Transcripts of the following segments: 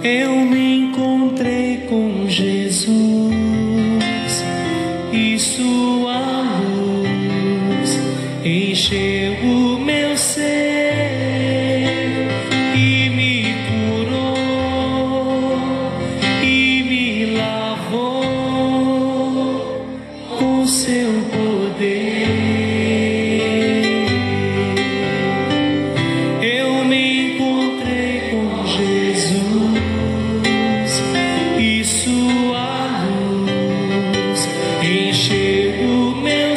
Eu me encontrei com Jesus e sua luz encheu o meu ser e me curou e me lavou com seu poder. Eu me encontrei com Jesus e sua luz encheu o meu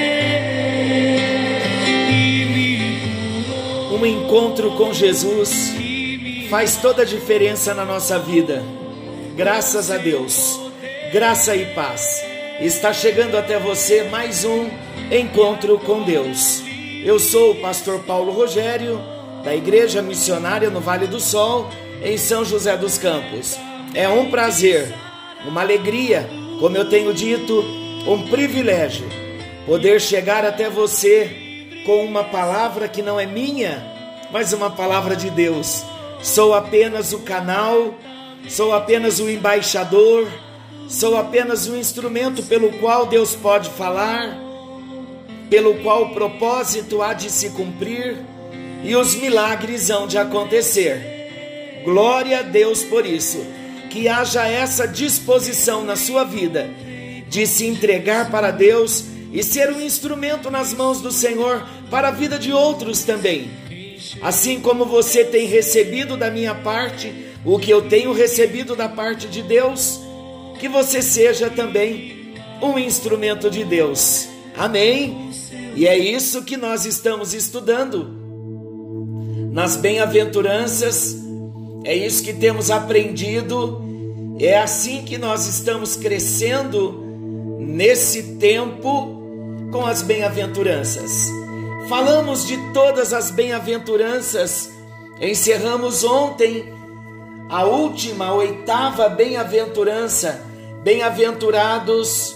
ser e me curou. Um encontro com Jesus faz toda a diferença na nossa vida. Graças a Deus, graça e paz. Está chegando até você mais um encontro com Deus. Eu sou o pastor Paulo Rogério, da Igreja Missionária no Vale do Sol, em São José dos Campos. É um prazer, uma alegria, como eu tenho dito, um privilégio, poder chegar até você com uma palavra que não é minha, mas uma palavra de Deus. Sou apenas o canal, sou apenas o embaixador, sou apenas um instrumento pelo qual Deus pode falar, pelo qual o propósito há de se cumprir e os milagres hão de acontecer. Glória a Deus por isso. Que haja essa disposição na sua vida de se entregar para Deus e ser um instrumento nas mãos do Senhor para a vida de outros também. Assim como você tem recebido da minha parte o que eu tenho recebido da parte de Deus, que você seja também um instrumento de Deus. Amém? E é isso que nós estamos estudando nas bem-aventuranças. É isso que temos aprendido. É assim que nós estamos crescendo nesse tempo com as bem-aventuranças. Falamos de todas as bem-aventuranças. Encerramos ontem a última, a oitava bem-aventurança. Bem-aventurados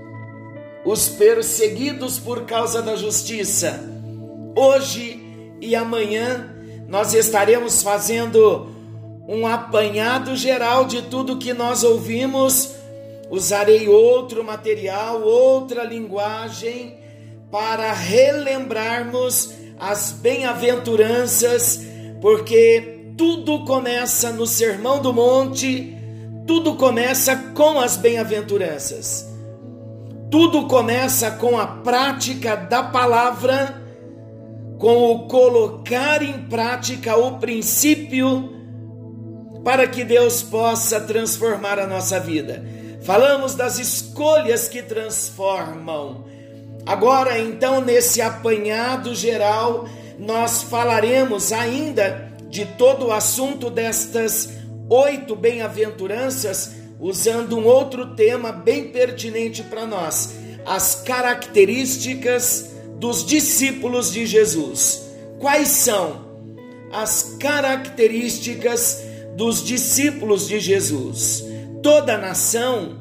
os perseguidos por causa da justiça. Hoje e amanhã nós estaremos fazendo um apanhado geral de tudo que nós ouvimos. Usarei outro material, outra linguagem para relembrarmos as bem-aventuranças, porque tudo começa no Sermão do Monte. Tudo começa com as bem-aventuranças. Tudo começa com a prática da palavra, com o colocar em prática o princípio, para que Deus possa transformar a nossa vida. Falamos das escolhas que transformam. Agora, então, nesse apanhado geral, nós falaremos ainda de todo o assunto destas 8 bem-aventuranças, usando um outro tema bem pertinente para nós: as características dos discípulos de Jesus. Quais são as características dos discípulos de Jesus? Toda nação,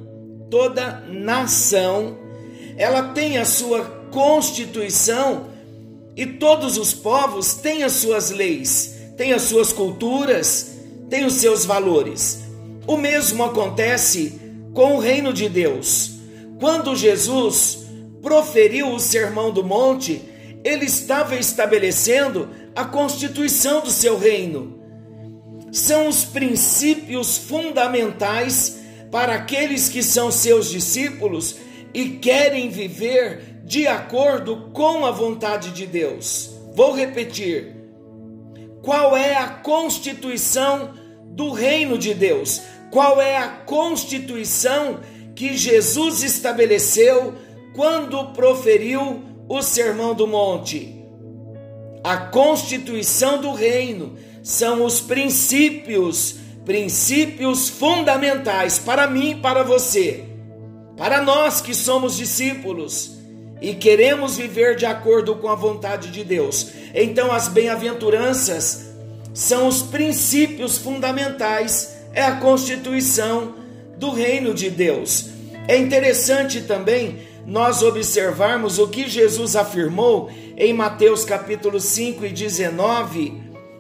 ela tem a sua constituição, e todos os povos têm as suas leis, têm as suas culturas, têm os seus valores. O mesmo acontece com o reino de Deus. Quando Jesus proferiu o Sermão do Monte, ele estava estabelecendo a constituição do seu reino. São os princípios fundamentais para aqueles que são seus discípulos e querem viver de acordo com a vontade de Deus. Vou repetir. Qual é a constituição do reino de Deus? Qual é a constituição que Jesus estabeleceu quando proferiu o Sermão do Monte? A constituição do reino são os princípios fundamentais para mim e para você, para nós que somos discípulos e queremos viver de acordo com a vontade de Deus. Então as bem-aventuranças são os princípios fundamentais, é a constituição do reino de Deus. É interessante também nós observarmos o que Jesus afirmou em Mateus capítulo 5 e 19,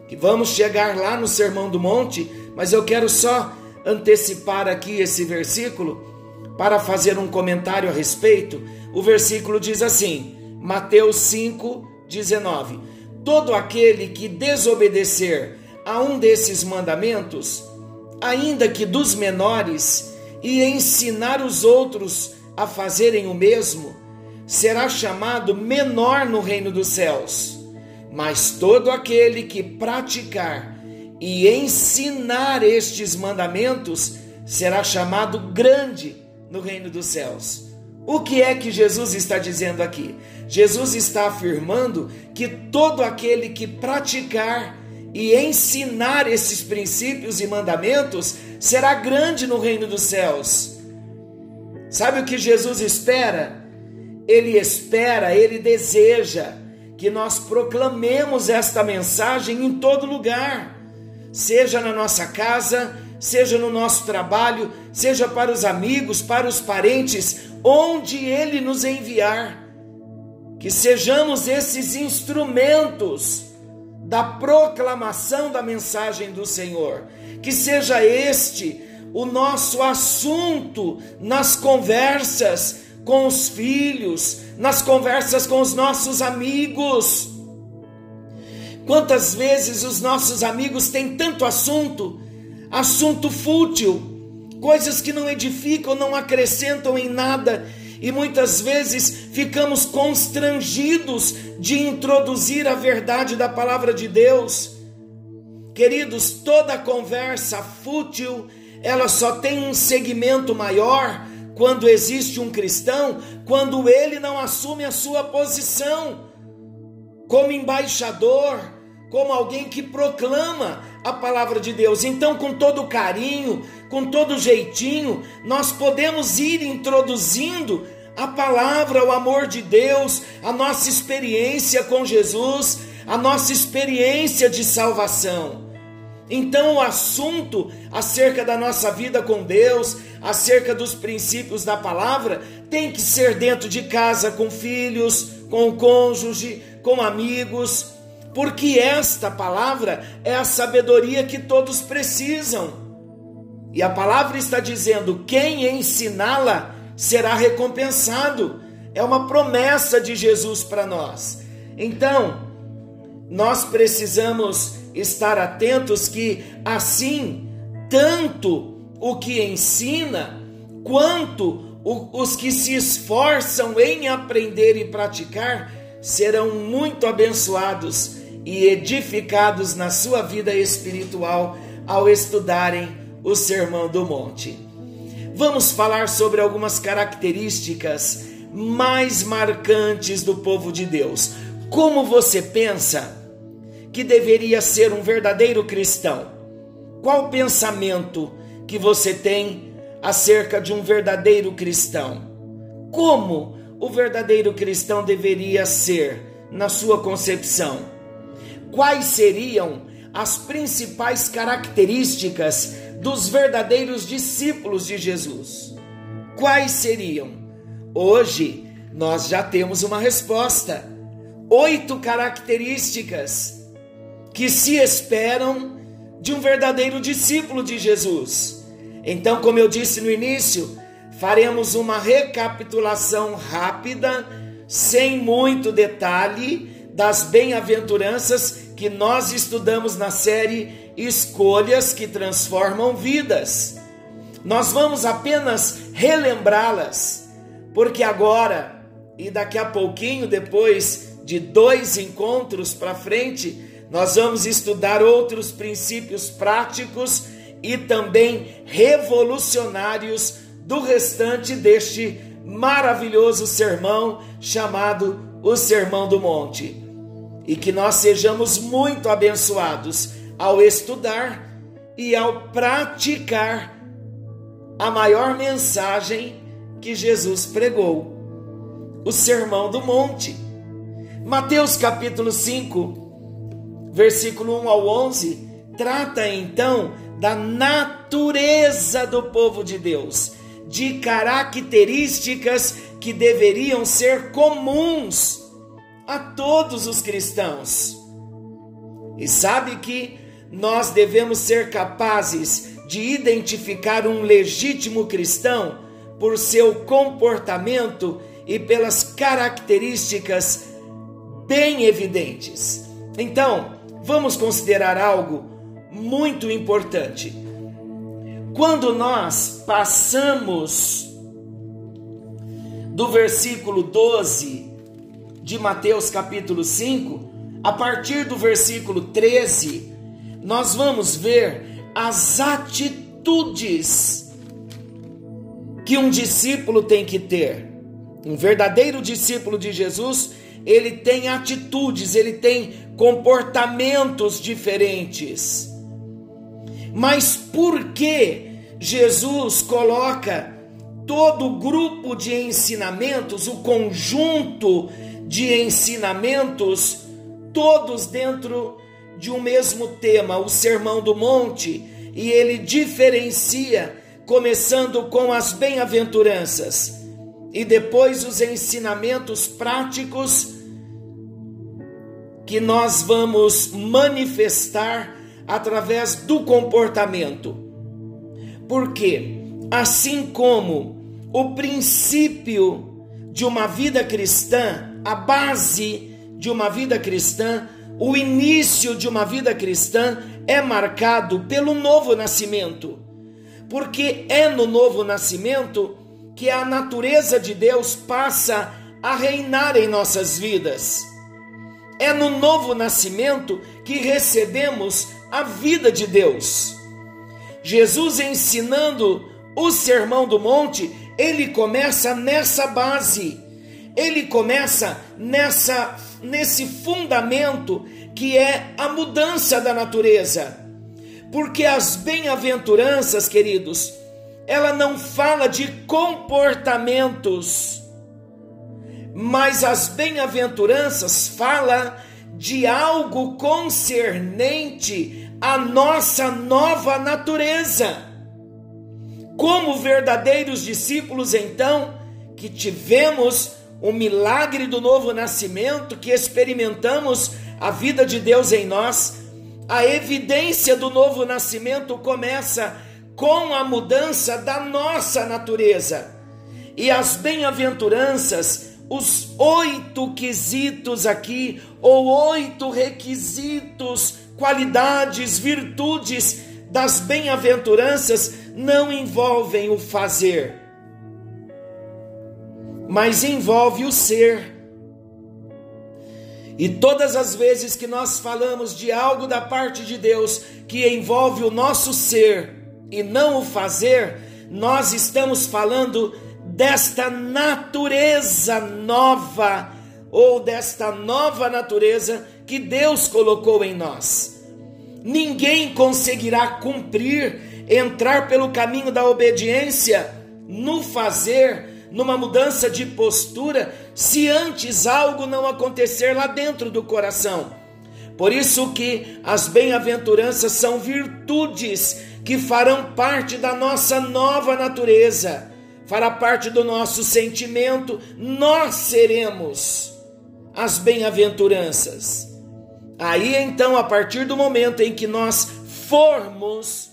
que vamos chegar lá no Sermão do Monte, mas eu quero só antecipar aqui esse versículo para fazer um comentário a respeito. O versículo diz assim, Mateus 5:19: todo aquele que desobedecer a um desses mandamentos, ainda que dos menores, e ensinar os outros a fazerem o mesmo, será chamado menor no reino dos céus. Mas todo aquele que praticar e ensinar estes mandamentos será chamado grande no reino dos céus. O que é que Jesus está dizendo aqui? Jesus está afirmando que todo aquele que praticar e ensinar esses princípios e mandamentos será grande no reino dos céus. Sabe o que Jesus espera? Ele deseja que nós proclamemos esta mensagem em todo lugar, seja na nossa casa, seja no nosso trabalho, seja para os amigos, para os parentes, onde Ele nos enviar, que sejamos esses instrumentos da proclamação da mensagem do Senhor, que seja este o nosso assunto nas conversas com os filhos, nas conversas com os nossos amigos. Quantas vezes os nossos amigos têm tanto assunto fútil, coisas que não edificam, não acrescentam em nada, e muitas vezes ficamos constrangidos de introduzir a verdade da palavra de Deus. Queridos, toda conversa fútil, ela só tem um segmento maior quando existe um cristão, quando ele não assume a sua posição como embaixador, como alguém que proclama a palavra de Deus. Então, com todo carinho, com todo jeitinho, nós podemos ir introduzindo a palavra, o amor de Deus, a nossa experiência com Jesus, a nossa experiência de salvação. Então, o assunto acerca da nossa vida com Deus, acerca dos princípios da palavra, tem que ser dentro de casa, com filhos, com o cônjuge, com amigos, porque esta palavra é a sabedoria que todos precisam. E a palavra está dizendo, quem ensiná-la será recompensado. É uma promessa de Jesus para nós. Então, nós precisamos estar atentos que assim, tanto o que ensina, quanto os que se esforçam em aprender e praticar, serão muito abençoados e edificados na sua vida espiritual ao estudarem o Sermão do Monte. Vamos falar sobre algumas características mais marcantes do povo de Deus. Como você pensa que deveria ser um verdadeiro cristão? Qual o pensamento que você tem acerca de um verdadeiro cristão? Como o verdadeiro cristão deveria ser na sua concepção? Quais seriam as principais características dos verdadeiros discípulos de Jesus? Quais seriam? Hoje nós já temos uma resposta. 8 características que se esperam de um verdadeiro discípulo de Jesus. Então, como eu disse no início, faremos uma recapitulação rápida, sem muito detalhe, das bem-aventuranças que nós estudamos na série Escolhas que Transformam Vidas. Nós vamos apenas relembrá-las, porque agora e daqui a pouquinho, depois de 2 encontros para frente, nós vamos estudar outros princípios práticos e também revolucionários do restante deste maravilhoso sermão chamado o Sermão do Monte. E que nós sejamos muito abençoados ao estudar e ao praticar a maior mensagem que Jesus pregou, o Sermão do Monte. Mateus capítulo 5, versículo 1 ao 11, trata então da natureza do povo de Deus, de características que deveriam ser comuns a todos os cristãos. E sabe que nós devemos ser capazes de identificar um legítimo cristão por seu comportamento e pelas características bem evidentes. Então, vamos considerar algo muito importante. Quando nós passamos do versículo 12 de Mateus capítulo 5, a partir do versículo 13, nós vamos ver as atitudes que um discípulo tem que ter. Um verdadeiro discípulo de Jesus, ele tem atitudes, ele tem comportamentos diferentes. Mas por que Jesus coloca todo o grupo de ensinamentos, o conjunto de ensinamentos, todos dentro de um mesmo tema, o Sermão do Monte, e ele diferencia, começando com as bem-aventuranças e depois os ensinamentos práticos que nós vamos manifestar através do comportamento. Porque, assim como o princípio de uma vida cristã, a base de uma vida cristã, o início de uma vida cristã é marcado pelo novo nascimento. Porque é no novo nascimento que a natureza de Deus passa a reinar em nossas vidas. É no novo nascimento que recebemos a vida de Deus. Jesus, ensinando o Sermão do Monte, ele começa nessa base. Ele começa nesse fundamento que é a mudança da natureza. Porque as bem-aventuranças, queridos, ela não fala de comportamentos, mas as bem-aventuranças fala de algo concernente à nossa nova natureza. Como verdadeiros discípulos, então, que tivemos o milagre do novo nascimento, que experimentamos a vida de Deus em nós, a evidência do novo nascimento começa com a mudança da nossa natureza. E as bem-aventuranças, os 8 quesitos aqui, ou 8 requisitos, qualidades, virtudes das bem-aventuranças, não envolvem o fazer, mas envolve o ser. E todas as vezes que nós falamos de algo da parte de Deus que envolve o nosso ser e não o fazer, nós estamos falando desta natureza nova, ou desta nova natureza que Deus colocou em nós. Ninguém conseguirá cumprir, entrar pelo caminho da obediência, no fazer, numa mudança de postura, se antes algo não acontecer lá dentro do coração. Por isso que as bem-aventuranças são virtudes que farão parte da nossa nova natureza, fará parte do nosso sentimento, nós seremos as bem-aventuranças. Aí então, a partir do momento em que nós formos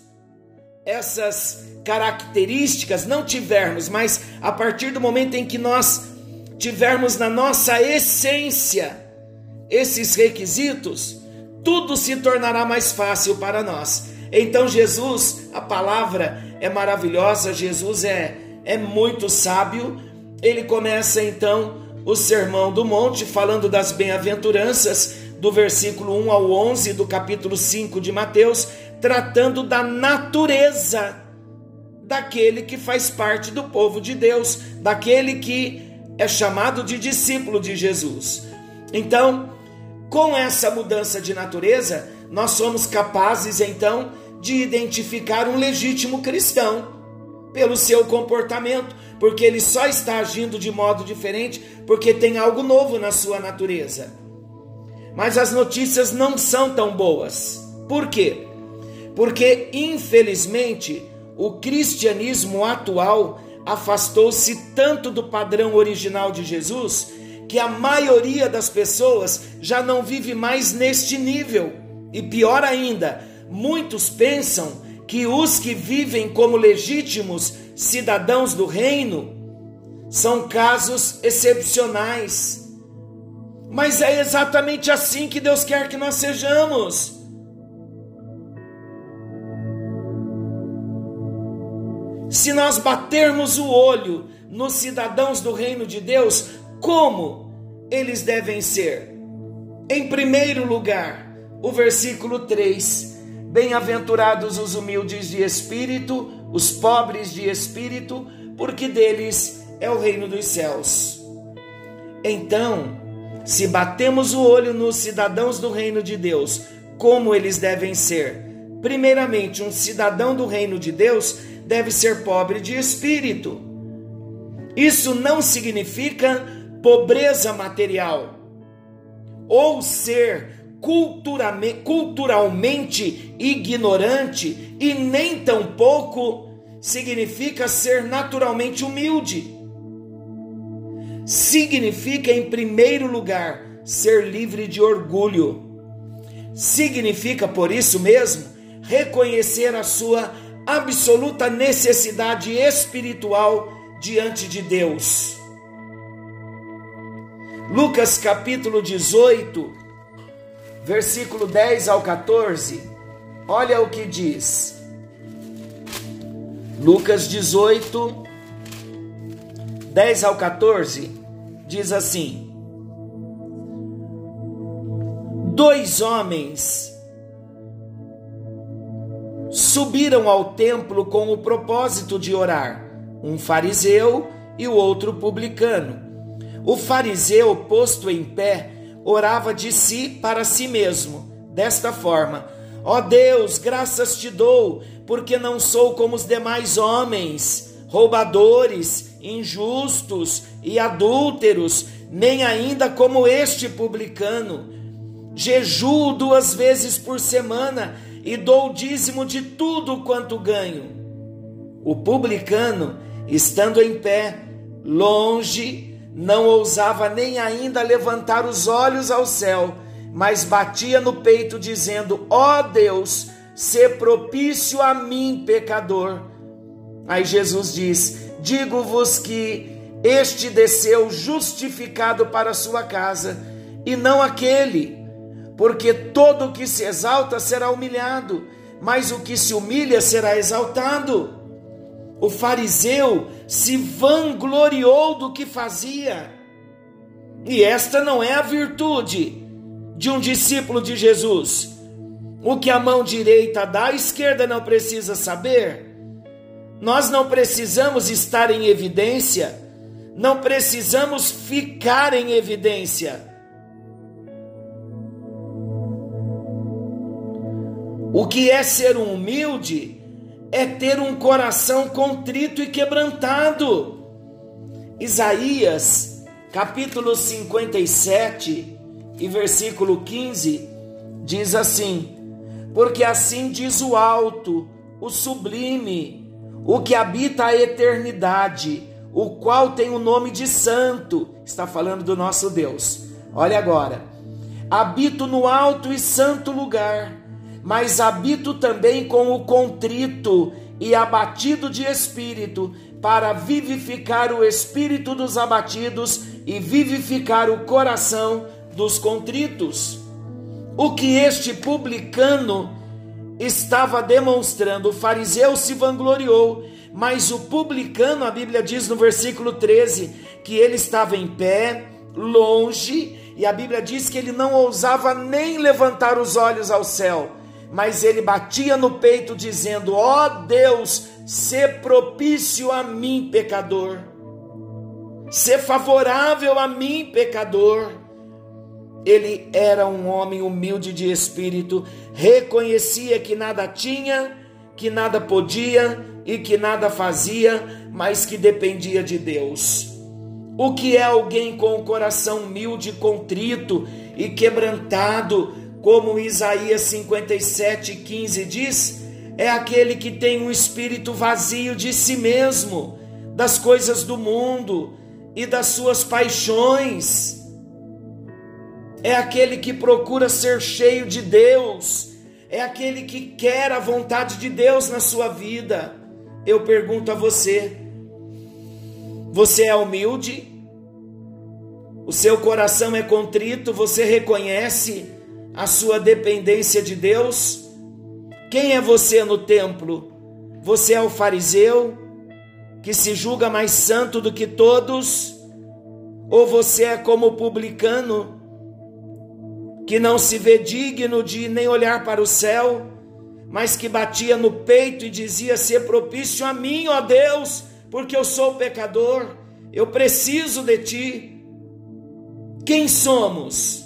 essas características, não tivermos, mas a partir do momento em que nós tivermos na nossa essência esses requisitos, tudo se tornará mais fácil para nós. Então Jesus, a palavra é maravilhosa, Jesus é muito sábio. Ele começa então o Sermão do Monte falando das bem-aventuranças, do versículo 1 ao 11 do capítulo 5 de Mateus, tratando da natureza daquele que faz parte do povo de Deus, daquele que é chamado de discípulo de Jesus. Então, com essa mudança de natureza, nós somos capazes então de identificar um legítimo cristão pelo seu comportamento, porque ele só está agindo de modo diferente porque tem algo novo na sua natureza. Mas as notícias não são tão boas. Por quê? Porque, infelizmente, o cristianismo atual afastou-se tanto do padrão original de Jesus que a maioria das pessoas já não vive mais neste nível. E pior ainda, muitos pensam que os que vivem como legítimos cidadãos do reino são casos excepcionais. Mas é exatamente assim que Deus quer que nós sejamos. Se nós batermos o olho nos cidadãos do reino de Deus, como eles devem ser? Em primeiro lugar, o versículo 3: bem-aventurados os humildes de espírito, os pobres de espírito, porque deles é o reino dos céus. Então, se batemos o olho nos cidadãos do reino de Deus, como eles devem ser? Primeiramente, um cidadão do reino de Deus deve ser pobre de espírito. Isso não significa pobreza material ou ser culturalmente ignorante, e nem tampouco significa ser naturalmente humilde. Significa, em primeiro lugar, ser livre de orgulho. Significa, por isso mesmo, reconhecer a sua absoluta necessidade espiritual diante de Deus. Lucas capítulo 18, versículo 10 ao 14, olha o que diz. Lucas 18, 10 ao 14, diz assim: 2 homens subiram ao templo com o propósito de orar, um fariseu e o outro publicano. O fariseu, posto em pé, orava de si para si mesmo, desta forma: ó Deus, graças te dou, porque não sou como os demais homens, roubadores, injustos e adúlteros, nem ainda como este publicano. Jejuo 2 vezes por semana e dou o dízimo de tudo quanto ganho. O publicano, estando em pé, longe, não ousava nem ainda levantar os olhos ao céu, mas batia no peito, dizendo: ó Deus, sê propício a mim, pecador. Aí Jesus diz: digo-vos que este desceu justificado para a sua casa, e não aquele, porque todo o que se exalta será humilhado, mas o que se humilha será exaltado. O fariseu se vangloriou do que fazia, e esta não é a virtude de um discípulo de Jesus. O que a mão direita dá, a esquerda não precisa saber. Nós não precisamos estar em evidência, não precisamos ficar em evidência. O que é ser um humilde é ter um coração contrito e quebrantado. Isaías, capítulo 57 e versículo 15, diz assim: porque assim diz o alto, o sublime, o que habita a eternidade, o qual tem o nome de santo. Está falando do nosso Deus. Olha agora: habito no alto e santo lugar, mas habito também com o contrito e abatido de espírito, para vivificar o espírito dos abatidos e vivificar o coração dos contritos. O que este publicano estava demonstrando? O fariseu se vangloriou, mas o publicano, a Bíblia diz no versículo 13, que ele estava em pé, longe, e a Bíblia diz que ele não ousava nem levantar os olhos ao céu, mas ele batia no peito dizendo: ó Deus, sê propício a mim, pecador. Sê favorável a mim, pecador. Ele era um homem humilde de espírito, reconhecia que nada tinha, que nada podia e que nada fazia, mas que dependia de Deus. O que é alguém com o coração humilde, contrito e quebrantado, como Isaías 57:15 diz? É aquele que tem um espírito vazio de si mesmo, das coisas do mundo e das suas paixões. É aquele que procura ser cheio de Deus, é aquele que quer a vontade de Deus na sua vida. Eu pergunto a você: você é humilde? O seu coração é contrito? Você reconhece a sua dependência de Deus? Quem é você no templo? Você é o fariseu que se julga mais santo do que todos? Ou você é como o publicano que não se vê digno de nem olhar para o céu, mas que batia no peito e dizia: ser propício a mim, ó Deus, porque eu sou pecador, eu preciso de ti. Quem somos?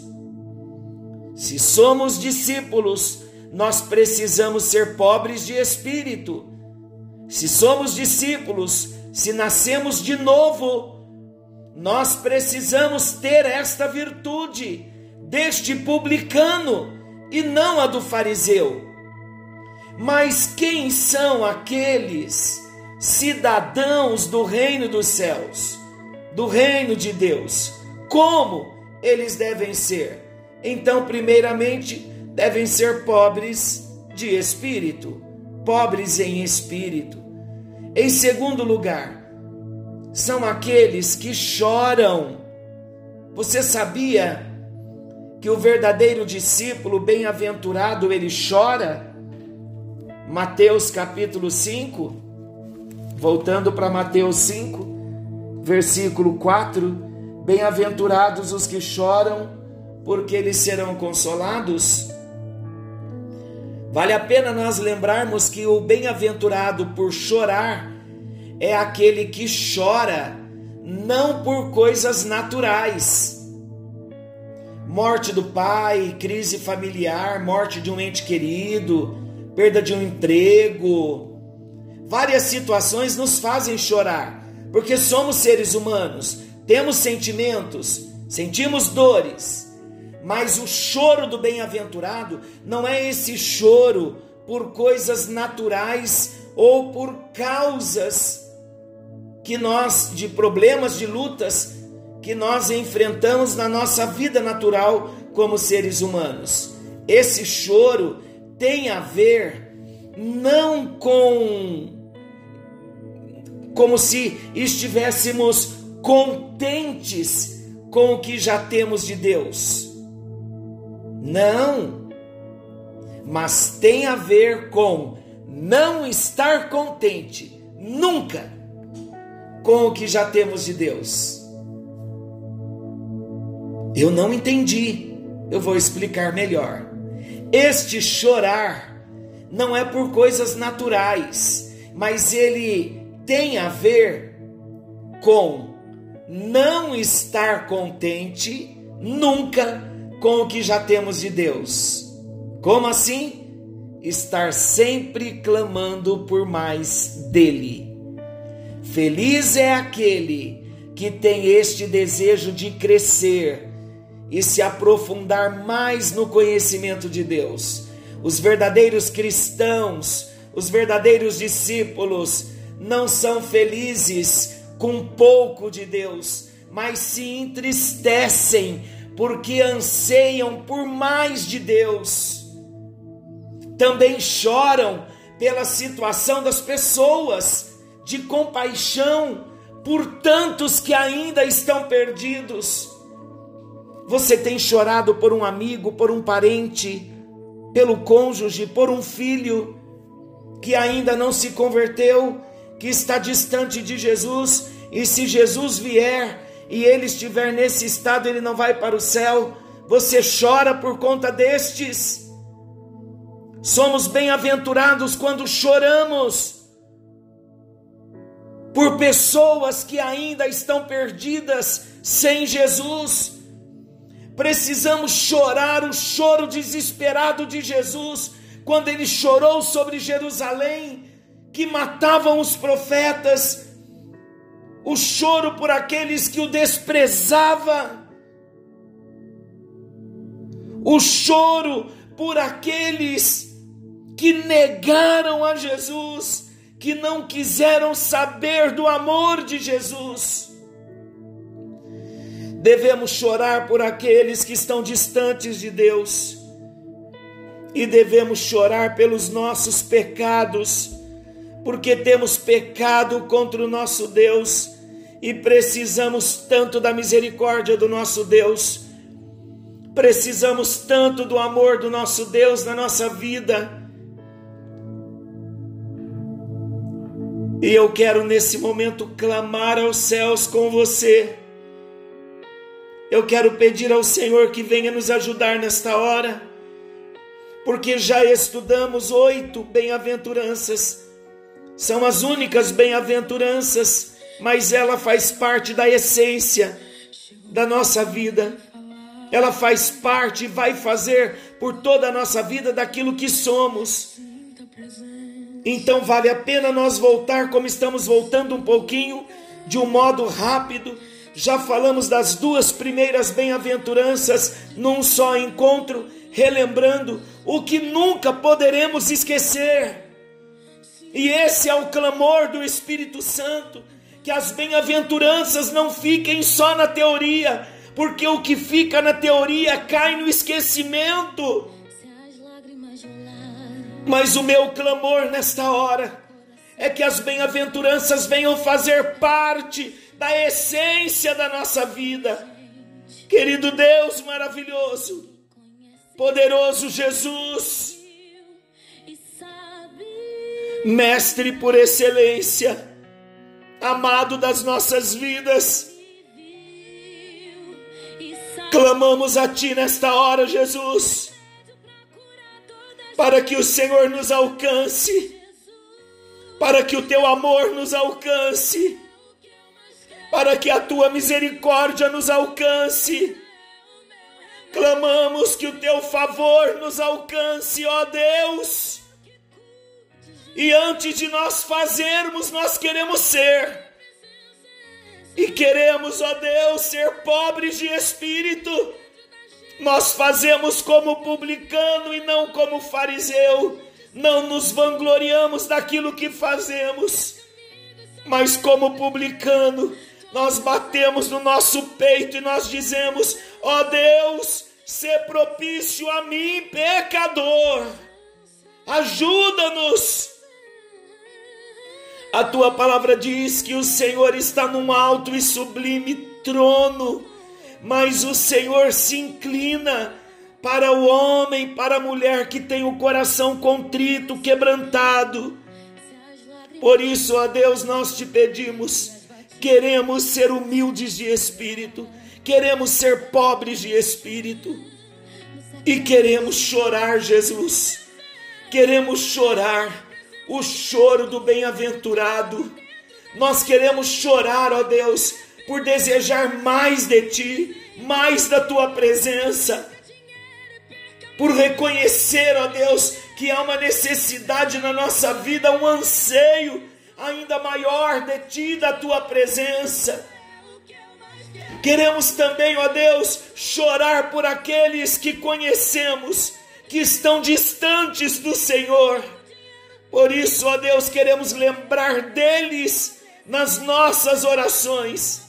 Se somos discípulos, nós precisamos ser pobres de espírito. Se somos discípulos, se nascemos de novo, nós precisamos ter esta virtude deste publicano e não a do fariseu. Mas quem são aqueles cidadãos do reino dos céus, do reino de Deus? Como eles devem ser? Então, primeiramente, devem ser pobres de espírito, pobres em espírito. Em segundo lugar, são aqueles que choram. Você sabia que o verdadeiro discípulo bem-aventurado, ele chora? Mateus capítulo 5, voltando para Mateus 5, versículo 4, bem-aventurados os que choram, porque eles serão consolados. Vale a pena nós lembrarmos que o bem-aventurado por chorar é aquele que chora não por coisas naturais. Morte do pai, crise familiar, morte de um ente querido, perda de um emprego. Várias situações nos fazem chorar, porque somos seres humanos, temos sentimentos, sentimos dores. Mas o choro do bem-aventurado não é esse choro por coisas naturais ou por causas de problemas, de lutas que nós enfrentamos na nossa vida natural como seres humanos. Esse choro tem a ver não como se estivéssemos contentes com o que já temos de Deus. Não, mas tem a ver com não estar contente nunca com o que já temos de Deus. Eu não entendi, eu vou explicar melhor. Este chorar não é por coisas naturais, mas ele tem a ver com não estar contente nunca com o que já temos de Deus. Como assim? Estar sempre clamando por mais dele. Feliz é aquele que tem este desejo de crescer e se aprofundar mais no conhecimento de Deus. Os verdadeiros cristãos, os verdadeiros discípulos, não são felizes com pouco de Deus, mas se entristecem porque anseiam por mais de Deus. Também choram pela situação das pessoas, de compaixão por tantos que ainda estão perdidos. Você tem chorado por um amigo, por um parente, pelo cônjuge, por um filho que ainda não se converteu, que está distante de Jesus, e se Jesus vier e ele estiver nesse estado, ele não vai para o céu. Você chora por conta destes. Somos bem-aventurados quando choramos por pessoas que ainda estão perdidas sem Jesus. Precisamos chorar o choro desesperado de Jesus, quando ele chorou sobre Jerusalém, que matavam os profetas, o choro por aqueles que o desprezavam, o choro por aqueles que negaram a Jesus, que não quiseram saber do amor de Jesus. Devemos chorar por aqueles que estão distantes de Deus. e devemos chorar pelos nossos pecados, porque temos pecado contra o nosso Deus e precisamos tanto da misericórdia do nosso Deus, precisamos tanto do amor do nosso Deus na nossa vida. E eu quero nesse momento clamar aos céus com você. Eu quero pedir ao Senhor que venha nos ajudar nesta hora, porque já estudamos 8 bem-aventuranças. São as únicas bem-aventuranças, mas ela faz parte da essência da nossa vida. Ela faz parte e vai fazer por toda a nossa vida daquilo que somos. Então vale a pena nós voltar, como estamos voltando um pouquinho, de um modo rápido. Já falamos das 2 primeiras bem-aventuranças num só encontro, relembrando o que nunca poderemos esquecer. E esse é o clamor do Espírito Santo, que as bem-aventuranças não fiquem só na teoria, porque o que fica na teoria cai no esquecimento. Mas o meu clamor nesta hora é que as bem-aventuranças venham fazer parte da essência da nossa vida. Querido Deus maravilhoso, poderoso Jesus, Mestre por excelência, amado das nossas vidas, clamamos a Ti nesta hora, Jesus, para que o Senhor nos alcance, para que o Teu amor nos alcance, para que a Tua misericórdia nos alcance. Clamamos que o Teu favor nos alcance, ó Deus. E antes de nós fazermos, nós queremos ser. E queremos, ó Deus, ser pobres de espírito. Nós fazemos como publicano e não como fariseu. Não nos vangloriamos daquilo que fazemos, mas como publicano, nós batemos no nosso peito e nós dizemos: ó Deus, sê propício a mim, pecador. Ajuda-nos. A Tua palavra diz que o Senhor está num alto e sublime trono, mas o Senhor se inclina para o homem, para a mulher que tem o coração contrito, quebrantado. Por isso, ó Deus, nós Te pedimos, queremos ser humildes de espírito, queremos ser pobres de espírito e queremos chorar, Jesus. Queremos chorar o choro do bem-aventurado. Nós queremos chorar, ó Deus, por desejar mais de Ti, mais da Tua presença, por reconhecer, ó Deus, que há uma necessidade na nossa vida, um anseio ainda maior de Ti, da Tua presença. Queremos também, ó Deus, chorar por aqueles que conhecemos, que estão distantes do Senhor. Por isso, ó Deus, queremos lembrar deles nas nossas orações.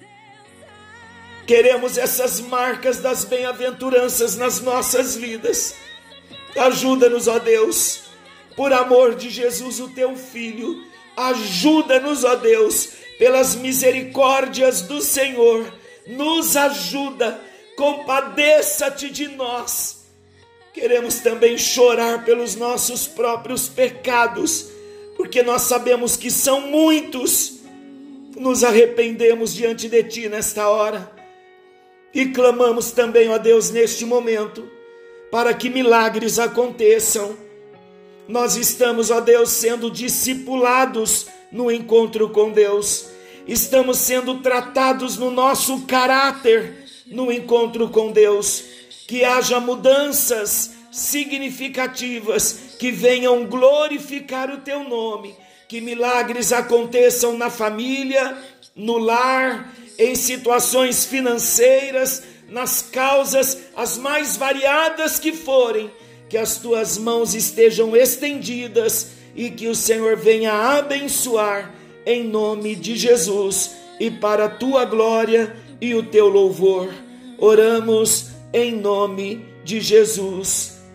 Queremos essas marcas das bem-aventuranças nas nossas vidas. Ajuda-nos, ó Deus, por amor de Jesus, o Teu Filho. Ajuda-nos, ó Deus, pelas misericórdias do Senhor. Nos ajuda, compadeça-te de nós. Queremos também chorar pelos nossos próprios pecados, porque nós sabemos que são muitos. Nos arrependemos diante de Ti nesta hora. E clamamos também, ó Deus, neste momento, para que milagres aconteçam. Nós estamos, ó Deus, sendo discipulados no encontro com Deus. Estamos sendo tratados no nosso caráter no encontro com Deus. Que haja mudanças significativas que venham glorificar o Teu nome. Que milagres aconteçam na família, no lar, em situações financeiras, nas causas as mais variadas que forem, que as Tuas mãos estejam estendidas e que o Senhor venha abençoar em nome de Jesus e para a Tua glória e o Teu louvor. Oramos em nome de Jesus.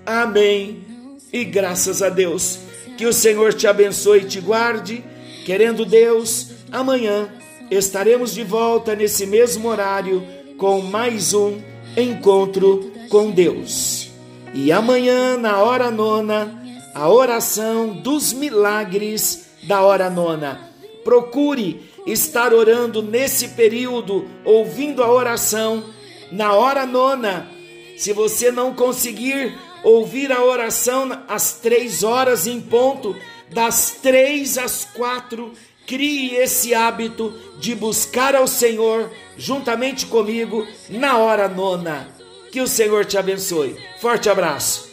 Amém. E graças a Deus. Que o Senhor te abençoe e te guarde. Querendo Deus, amanhã estaremos de volta nesse mesmo horário com mais um encontro com Deus. E amanhã, na hora nona, a oração dos milagres da hora nona. Procure estar orando nesse período, ouvindo a oração na hora nona. Se você não conseguir ouvir a oração às 3 horas em ponto, das 3 às 4, crie esse hábito de buscar ao Senhor juntamente comigo na hora nona. Que o Senhor te abençoe. Forte abraço.